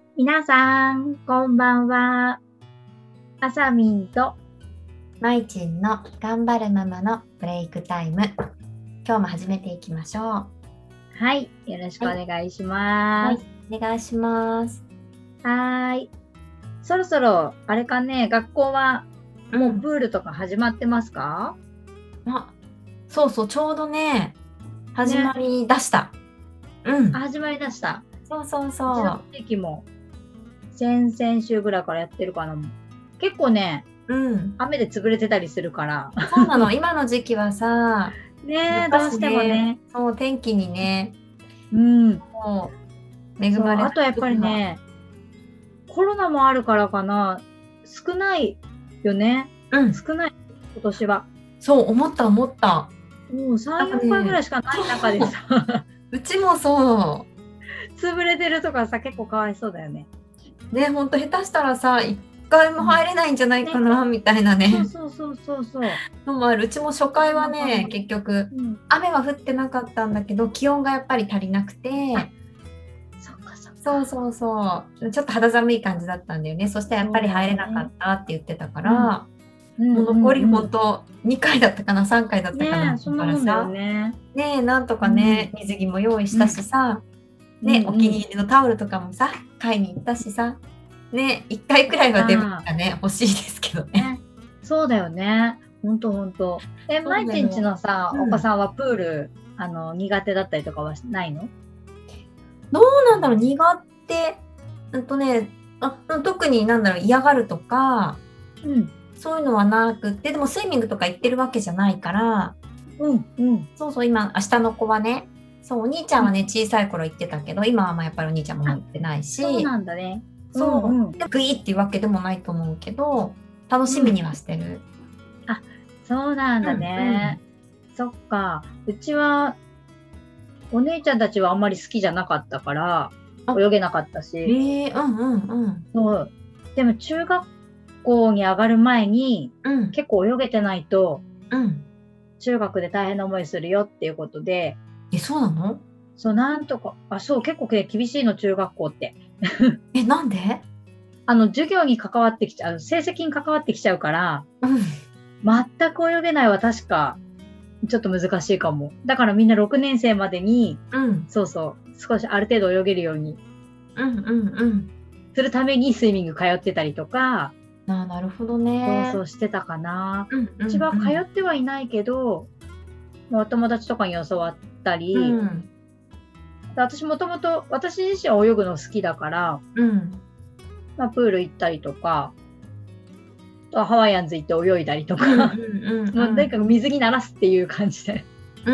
皆さん、こんばんは。あさみんと、 まいちんの頑張るママのブレイクタイム。今日も始めていきましょう。ははい、よろしくおい。 願いしはい。 ます。 お願いします。 はーい。そろそろ、あれかね、学校はもうプールとか始まってますか？ あ、そうそう、ちょうどね、始まね、 りだした。 始まりだした。 そうそううちのそ地域も先々週ぐらいからやってるかな。結構ね、 う。 雨で潰れてたりするから。 そうなの。今の時期はさ、やねえ、 っぱどうしてもしね、 ね。 そう、天気にね、 うん。 もう恵そう、 まれないあとやっぱり時は。 ね、コロナもあるからかな。少ないよね。 うん。 少ない。今年は。 そう、思った思った。 もう3、 なんか 4回ぐらね、 いしかなそい中でう、 さ、 うちもそ潰れてるとかさ、結構かわいそうだよね。 う。ね、ほんと下手したらさ、一回もうん。 入れないんじゃないね。 かな、みたいなそうね。 そうそうそうそう。 のもある。うちも初回そんはね、 な感じ。 結局、 うん。 雨は降ってなかったんだけど、気温がやっぱり足りなくあ、 て、 そっかそっか。 そうそうそう、ちょっと肌寒い感じだったんだよね。そしてやっぱりそうだよ入れなかね。 ったって言ってたかうん。 ら、 うんもう残りうんうん。 本当2回だったかな、3回だったかな、 ねえ、そだんなもんだよからさ、 ね。 ねえ、なんとかうん。 ね、水着も用意したうん。 しさ、 うんね、お気うん。 に入りのタオルとかもさ、買いに行ったしさ、ね、1回くらいはデブあがね、欲しいですけどあ、 ね。 ね。そうだよね。ほんとほんと。 そまいちんちうだよ。 のさ、おうん。 子さんはプール、苦手だったりとかはないの？ どうなんだろう、苦手、ね、特になんだろう、嫌がるとか、 うん。 そういうのはなくって、でもスイミングとか行ってるわけじゃないから、 うんうん。 そうそう、今、明日の子はね、そう、お兄ちゃんはね、小さい頃行ってたけど、今はまあやっぱりお兄ちゃんももうあ、 行ってないそうし、 なんだね。うんそう、 うん。 でグイっていうわけでもないと思うけど、楽しうん。 みにはしてる。 あ、そうなんだうんうね。 ん。 そっか。うちは、お姉ちゃんたちはあんまり好きじゃなかったから、 あ、 泳げなかったし。 うんうんうん。 そう。でも中学校に上がる前に、 うん、 結構泳げてないと、 うん。 中学で大変な思いするよっていうことで、 え、そうなの？ そう、なんとか、そう、結構ね厳しいの、中学校って。 え、なんで？ 授業に関わってきちゃう、成績に関わってきちゃうから、 うん。 全く泳げないは確か、ちょっと難しいかも。だからみんな6年生までに、 うん。 そうそう、少しある程度泳げるようにうんうんうん。 するためにスイミング通ってたりとか、 あ、なるほどそうそね。 うしてたかな。 うんううちは通んうん。 ってはいないけど、お友達とかに教わったうり、 ん。 私もともと、私自身は泳ぐの好きだから、 うん。 プール行ったりとか、ハワイアンズ行って泳いだりとうんうんか、 うんもうとにうん。 かく水着慣らすっていう感じで、 うん。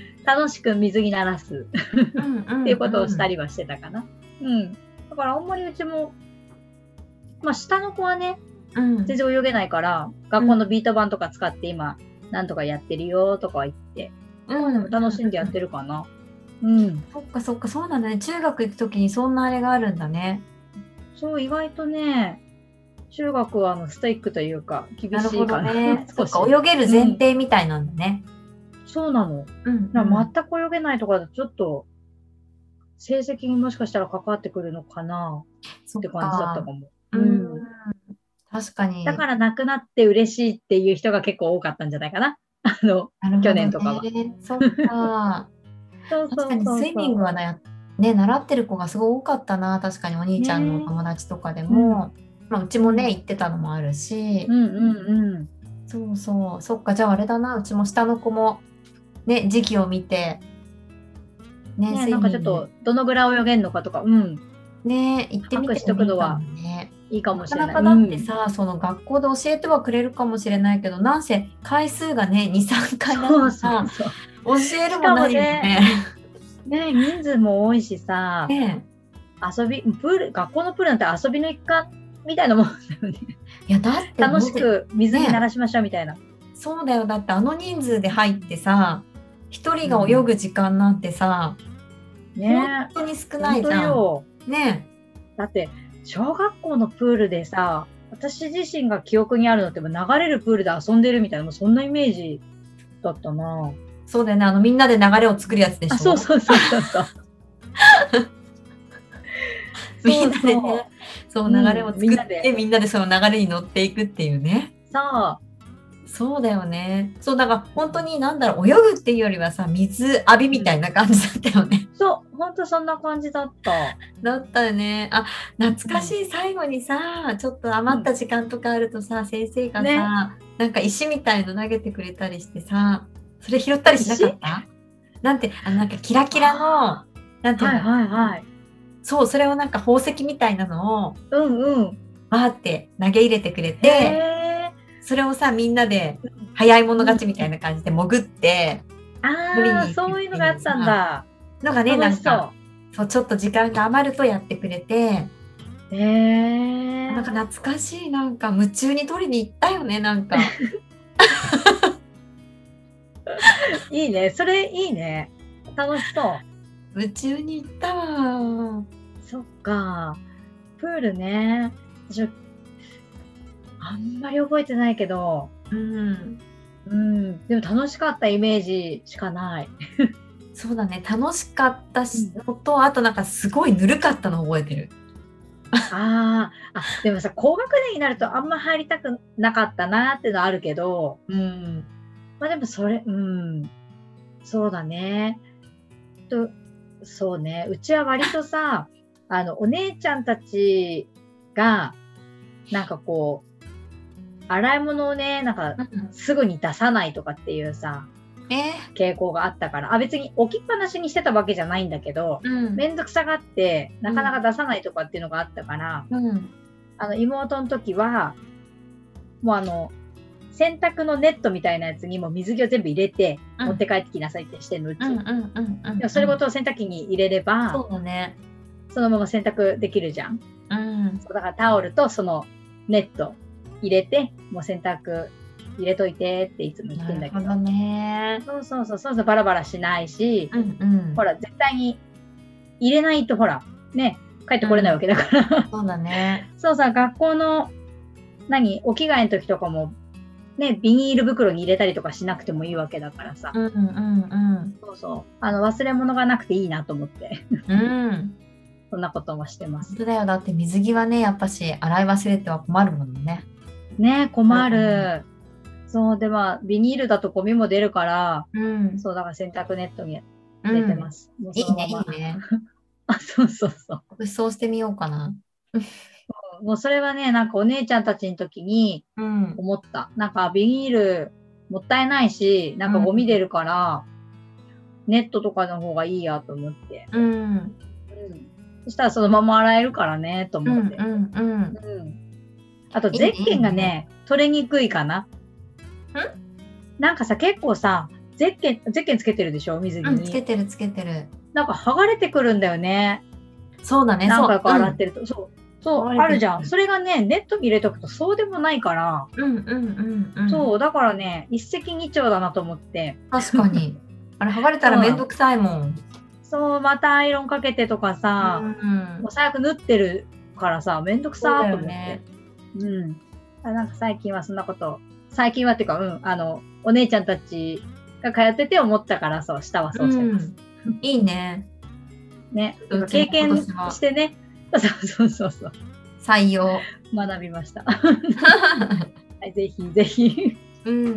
楽しく水着慣らすうんうっていうんことをうん。 したりはしてたかな。うん。だからあんまりうちも、下の子はね、 うん。 全然泳げないから、学校のビート板とか使って今、なんとかやってるよとかは言って、 うんうんでも楽しんでやってうん。 るかな。うん。 そっかそっか、そうなんだね。中学行くときにそんなあれがあるんだね。 そう、意外とね、中学はストイックというか、厳なるほどしいかな、 ね。そっか、 少し。 泳げる前うん。 提みたいなんだね。 そうなの。 うんうん。 全く泳げないとかだとちょっと、成績にもしかしたら関わってくるのかなそっって感じだったか。 かも。 うん。 うん。 確かに。 だからなくなって嬉しいっていう人が結構多かったんじゃないかな。去なるほど年とかは。 ね。そっか。 そうそう確かにスイミンそうそグはね、習ってる子がすごい多かったな。確かにおう。 兄ちゃんのおね友達とかでえ。うん。 も、まあ、うちもね、 うん。 行ってたのもあるし、 うんうんうん。 そうそう。そっか、じゃああれだな。うちも下の子もね、時期を見て、ね、 ね、 スイなんかちミング、 ょっと、どのぐらい泳げるのかとか、うん、 ね、行ってみて把握しともいいかもくのはね。 いいかもしれない。 なかなかだってうん。 さ、その学校で教えてはくれるかもしれないけど、なんせ回数がね、2、3回だそうそうとさ、 そう。 教えるもしかも何もね、 ね。 人数も多いしさ、 ね、 学校のプールなんて遊びの一環みたいなもんだよね。 いや、だって楽本当に、 しく水着慣ね、 らしましょうみたいな。 そうだよ。だってあの人数で入ってさ、一人が泳うん。 ぐ時間なんてさ、本ねえ、 当に少なほんといじゃん。 よ。 ね。 だって、小学校のプールでさ、私自身が記憶にあるのって流れるプールで遊んでるみたいな、もうそんなイメージだったな。 そうだよね。みんなで流れを作るやつであ、 しょ？ そうそうそうそうそう。 みんなでそうそう。 ね、そううん流れを作っみんなでて、みんなでその流れに乗っていくっていうね。 そそうだよね。そうだから本当になんだろう、泳ぐっていうよりはさ、水浴びみたいな感じだったよね。 う。そう。ほんとそんな感じだった。 だったよね。あ、懐かしい。最後にさ、ちょっと余った時間とかあるとさ、先生がね。 さ、なんか石みたいの投げてくれたりしてさ、それ拾ったりしなかった？なんて、なんかキラキラの、なんていうはいの、 はいはい。 そう、それをなんか宝石みたいなのを、 うんうん。 バーって投げ入れてくれへて、 え。 それをさ、みんなで早い者勝ちみたいな感じで潜って取りああ、 に行くそういうっていうのがあったんさ、 だ。 のがね、な楽しそんか、そう、ちょっと時間が余るとやってくれて、 う。へえ。 なんか懐かしい、なんか夢中に取りに行ったよね、なんか。 いいね。それいいね。楽しそう。 夢中に行ったわ。 そっか。プールね。私、あんまり覚えてないけど、 うん。 うん。でも楽しかったイメージしかない。 そうだね、楽しかったのと、あとなんかすごいぬるかったの覚えてる。 ああ、でもさ、高学年になるとあんま入りたくなかったなっていうのはあるけど、 うん。 まあでもそれ、うん、そうだね。と、そうね。うちは割とさ、お姉ちゃんたちが、なんかこう、洗い物をね、なんか、すぐに出さないとかっていうさ、傾向があったから、別に置きっぱなしにしてたわけじゃないんだけど、 うん。 めんどくさがって、なかなか出さないとかっていうのがあったから、 うん。 妹の時は、もう洗濯のネットみたいなやつにも水着を全部入れて、持って帰ってきなさいってしてんの、うち。 うんうんうんうん。 でもそれごと洗濯機に入れれば、 そうだね。 そのまま洗濯できるじゃん。 うん。 そうだからタオルとそのネット入れて、もう洗濯入れといてっていつも言ってんだけど。 なるほどね。 そうそうそう、そうそうバラバラしないし、 うんうん。 ほら、絶対に入れないとほら、ね、帰ってこれないわけだから。 そうだね。 そうさ、学校の、お着替えの時とかも、ね、ビニール袋に入れたりとかしなくてもいいわけだからさ。 うんうんうんそうそう。忘れ物がなくていいなと思って、 うん。うん。 そんなこともしてます本。当だよ。だって水着はね、やっぱし洗い忘れては困るもんね。 ね、困る。そう、では、ビニールだとゴミも出るから、 うん。 そう、だから洗濯ネットに入れてます。もういいね、 そのまま。 いいね。 そうそうそう。 私そうしてみようかな。 もうそれはね、なんかお姉ちゃんたちの時にうん。 思った。なんかビニールもったいないし、なんかゴミ出るから、ネットとかの方がいいやと思って。 うん。 うん。そしたらそのまま洗えるからね、とうん思って。 うんうん。 うん。あと、ゼッケンがね、取れにくいかな。なんかさ、結構さ、ゼッケンつけてるでしょ水着うん、つけに。 てるつけてる。 なんか剥がれてくるんだよね。 そうだね、 何回そう。 か洗ってると。そう、 剥がれてくるあるじゃん。それがね、ネットに入れとくとそうでもないから、 うんうんうんうん。 そう、だからね、一石二鳥だなと思って。 確かに。あれ、剥がれたらめんどくさいもん。 そう、またアイロンかけてとかさ、もう最悪縫ってるからさ、めんどくさーと思って。うん。なんか最近はそんなこと、最近はっていうか、お姉ちゃんたちが通ってて思ったからそう、下はそうしてます。 いいね。 ね、経験してね、そうそうそう。 採用。 学びました。はい、ぜひぜひ。 うんうん。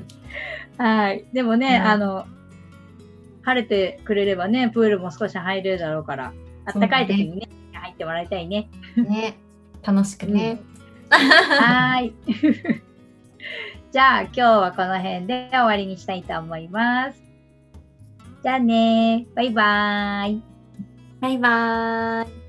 はい。でもね、晴れてくれればね、プールも少し入れるだろうから、あったかい時にね、入ってもらいたいね。 ね、楽しくね。 はい。じゃあ、今日はこの辺で終わりにしたいと思います。じゃあね、バイバーイ。 バイバーイ。